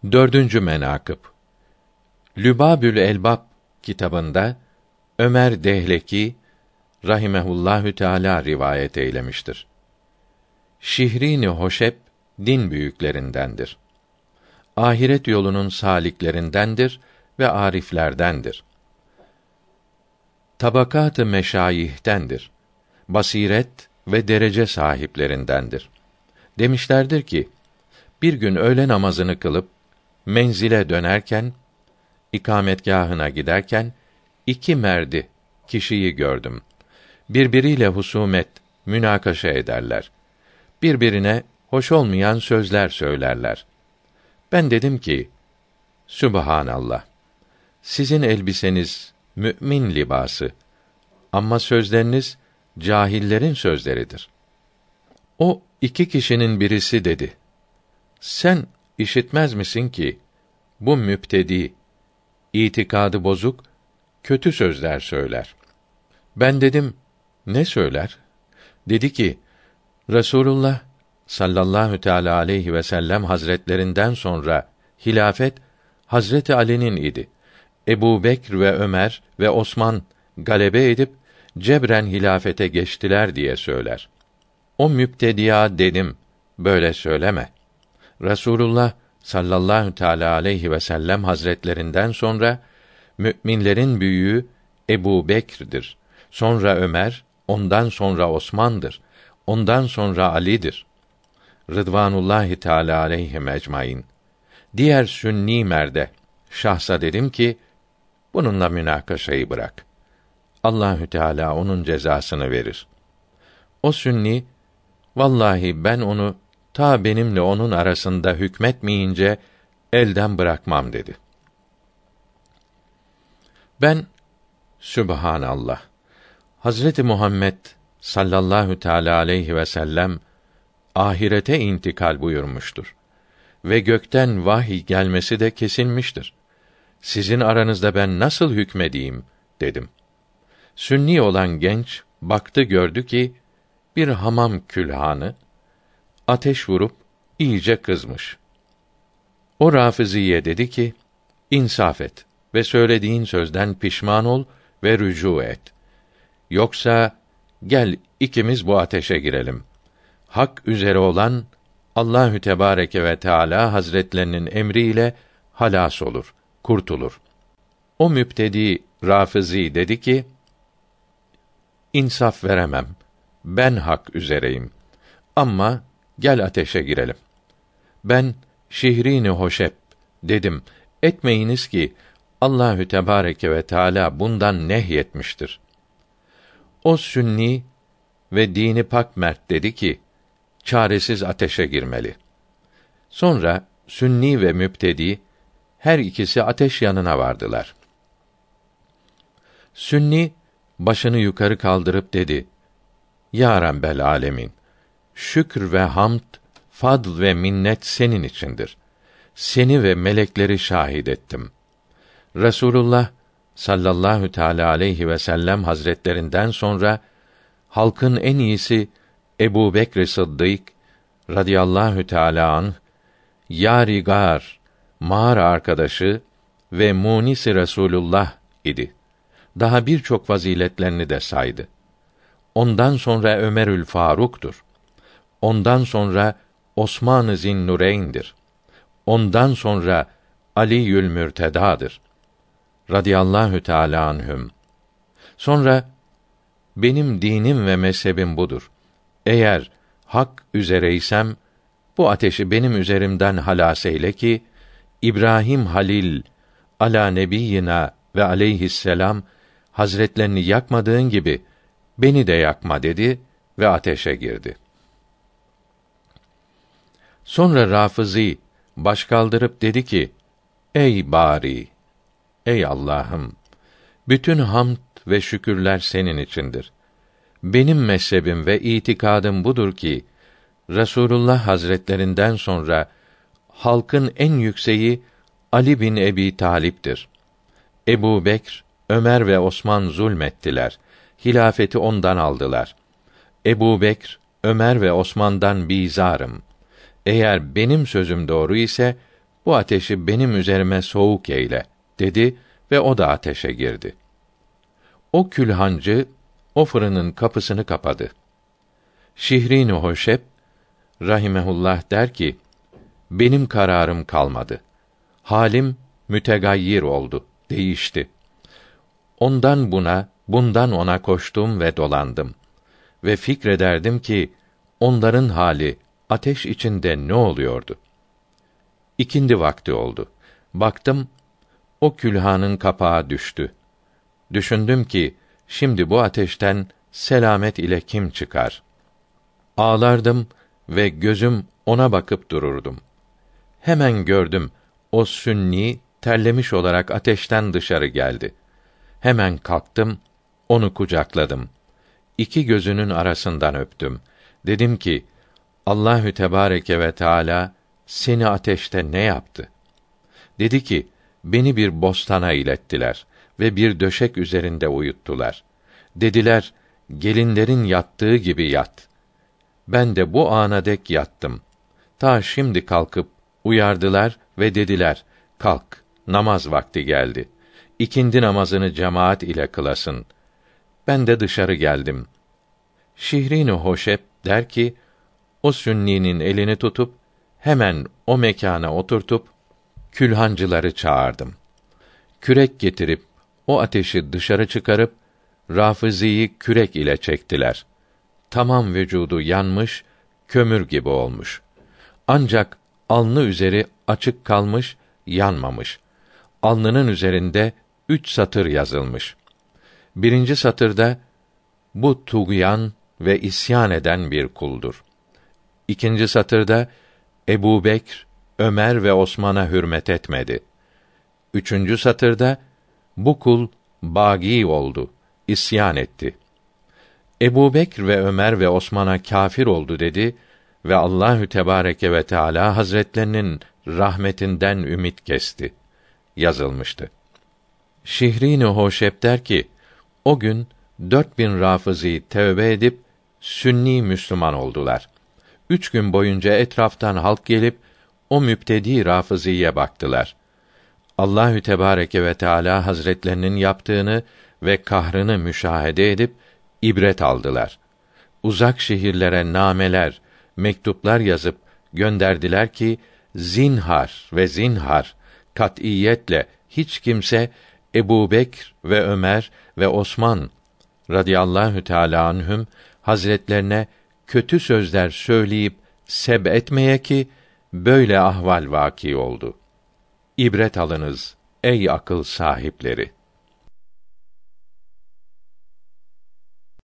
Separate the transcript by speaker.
Speaker 1: Dördüncü menakıb. Lübâbül Elbâb kitabında Ömer Dehleki rahimehullahü teâlâ rivayet eylemiştir. Şihrin-i Hoşeb din büyüklerindendir. Ahiret yolunun saliklerindendir ve ariflerdendir. Tabakat-ı meşayih'tendir. Basiret ve derece sahiplerindendir. Demişlerdir ki, bir gün öğle namazını kılıp menzile dönerken, ikametgâhına giderken iki merdi kişiyi gördüm. Birbiriyle husumet, münakaşa ederler. Birbirine hoş olmayan sözler söylerler. Ben dedim ki, Sübhanallah! Sizin elbiseniz mü'min libası ama sözleriniz cahillerin sözleridir. O iki kişinin birisi dedi: Sen işitmez misin ki bu müptedi, itikadı bozuk, kötü sözler söyler. Ben dedim, ne söyler? Dedi ki, Resulullah sallallahu teâlâ aleyhi ve sellem hazretlerinden sonra hilafet Hazreti Ali'nin idi. Ebubekr ve Ömer ve Osman galebe edip cebren hilafete geçtiler diye söyler. O müptediya dedim, böyle söyleme. Resulullah sallallahu teâlâ aleyhi ve sellem hazretlerinden sonra müminlerin büyüğü Ebubekr'dir. Sonra Ömer, ondan sonra Osman'dır. Ondan sonra Ali'dir. Rıdvanullahi Teâlâ aleyhim ecmaîn. Diğer sünni merde şahsa dedim ki, bununla münakaşayı bırak. Allahü Teâlâ onun cezasını verir. O sünni, vallahi ben onu ta benimle onun arasında hükmetmeyince elden bırakmam dedi. Ben, Sübhanallah! Hazreti Muhammed sallallahu teâlâ aleyhi ve sellem ahirete intikal buyurmuştur ve gökten vahiy gelmesi de kesilmiştir. Sizin aranızda ben nasıl hükmedeyim dedim. Sünni olan genç baktı, gördü ki bir hamam külhanı ateş vurup iyice kızmış. O Râfiziye dedi ki, insaf et ve söylediğin sözden pişman ol ve rücu et. Yoksa gel ikimiz bu ateşe girelim. Hak üzere olan Allahü Tebareke ve Teala Hazretlerinin emriyle halas olur, kurtulur. O müptedi Râfizi dedi ki, insaf veremem. Ben hak üzereyim. Ama gel ateşe girelim. Ben Şihrin-i Hoşeb dedim. Etmeyiniz ki Allahü Tebareke ve Teala bundan nehyetmiştir. O sünni ve dini pak mert dedi ki, çaresiz ateşe girmeli. Sonra sünni ve müptedi her ikisi ateş yanına vardılar. Sünni başını yukarı kaldırıp dedi: Ya Rabbel âlemin, şükür ve hamd, fadl ve minnet senin içindir. Seni ve melekleri şahit ettim. Resulullah sallallahu teâlâ aleyhi ve sellem hazretlerinden sonra halkın en iyisi Ebubekr Sıddık radıyallahu teâlâ anh, yâr-ı gâr, mağara arkadaşı ve munisi Resulullah idi. Daha birçok faziletlerini de saydı. Ondan sonra Ömerül Faruk'tur. Ondan sonra Osman-ı Zinnureyn'dir. Ondan sonra Ali'ül Mürtedâ'dır. Radıyallahu teâlâ anhüm. Sonra benim dinim ve mezhebim budur. Eğer hak üzereysem bu ateşi benim üzerimden halâs eyle ki İbrahim Halil alâ nebiyyina ve aleyhisselam hazretlerini yakmadığın gibi beni de yakma dedi ve ateşe girdi. Sonra Râfizi baş kaldırıp dedi ki, ey Bari, ey Allah'ım, bütün hamd ve şükürler senin içindir. Benim mezhebim ve itikadım budur ki Resulullah Hazretlerinden sonra halkın en yükseği Ali bin Ebi Talip'tir. Ebubekr, Ömer ve Osman zulmettiler. Hilafeti ondan aldılar. Ebubekr, Ömer ve Osman'dan bizarım. Eğer benim sözüm doğru ise bu ateşi benim üzerime soğuk eyle dedi ve o da ateşe girdi. O külhancı o fırının kapısını kapadı. Şihrin-i Hoşep rahimehullah der ki, benim kararım kalmadı. Halim mütegayyir oldu, değişti. Ondan buna, bundan ona koştum ve dolandım. Ve fikrederdim ki, onların hali ateş içinde ne oluyordu? İkindi vakti oldu. Baktım, o külhanın kapağı düştü. Düşündüm ki, şimdi bu ateşten selamet ile kim çıkar? Ağlardım ve gözüm ona bakıp dururdum. Hemen gördüm, o sünni terlemiş olarak ateşten dışarı geldi. Hemen kalktım, onu kucakladım. İki gözünün arasından öptüm. Dedim ki, Allahü Tebareke ve Teala seni ateşte ne yaptı? Dedi ki, beni bir bostana ilettiler ve bir döşek üzerinde uyuttular. Dediler, gelinlerin yattığı gibi yat. Ben de bu ana dek yattım. Ta şimdi kalkıp uyardılar ve dediler, kalk, namaz vakti geldi. İkindi namazını cemaat ile kılasın. Ben de dışarı geldim. Şihrin-i Hoşep der ki, o sünninin elini tutup, hemen o mekâna oturtup, külhancıları çağırdım. Kürek getirip, o ateşi dışarı çıkarıp, Rafızi'yi kürek ile çektiler. Tamam vücudu yanmış, kömür gibi olmuş. Ancak alnı üzeri açık kalmış, yanmamış. Alnının üzerinde 3 satır yazılmış. 1. satırda, bu tuğyan ve isyan eden bir kuldur. 2. satırda, Ebubekr, Ömer ve Osman'a hürmet etmedi. 3. satırda, bu kul bâgî oldu, isyan etti. Ebubekr ve Ömer ve Osman'a kâfir oldu dedi ve Allahü Tebareke ve Teala Hazretlerinin rahmetinden ümit kesti yazılmıştı. Şihrin-i Hoşep der ki, o gün 4000 Rafızi tövbe edip Sünni Müslüman oldular. 3 gün boyunca etraftan halk gelip o müptedî Rafızi'ye baktılar. Allahü Tebareke ve Teala Hazretlerinin yaptığını ve kahrını müşahede edip ibret aldılar. Uzak şehirlere nameler, mektuplar yazıp gönderdiler ki, zinhar ve zinhar kat'iyetle hiç kimse Ebubekr ve Ömer ve Osman radıyallahu teâlâ anhüm hazretlerine kötü sözler söyleyip seb etmeye ki böyle ahval vâki oldu. İbret alınız ey akıl sahipleri.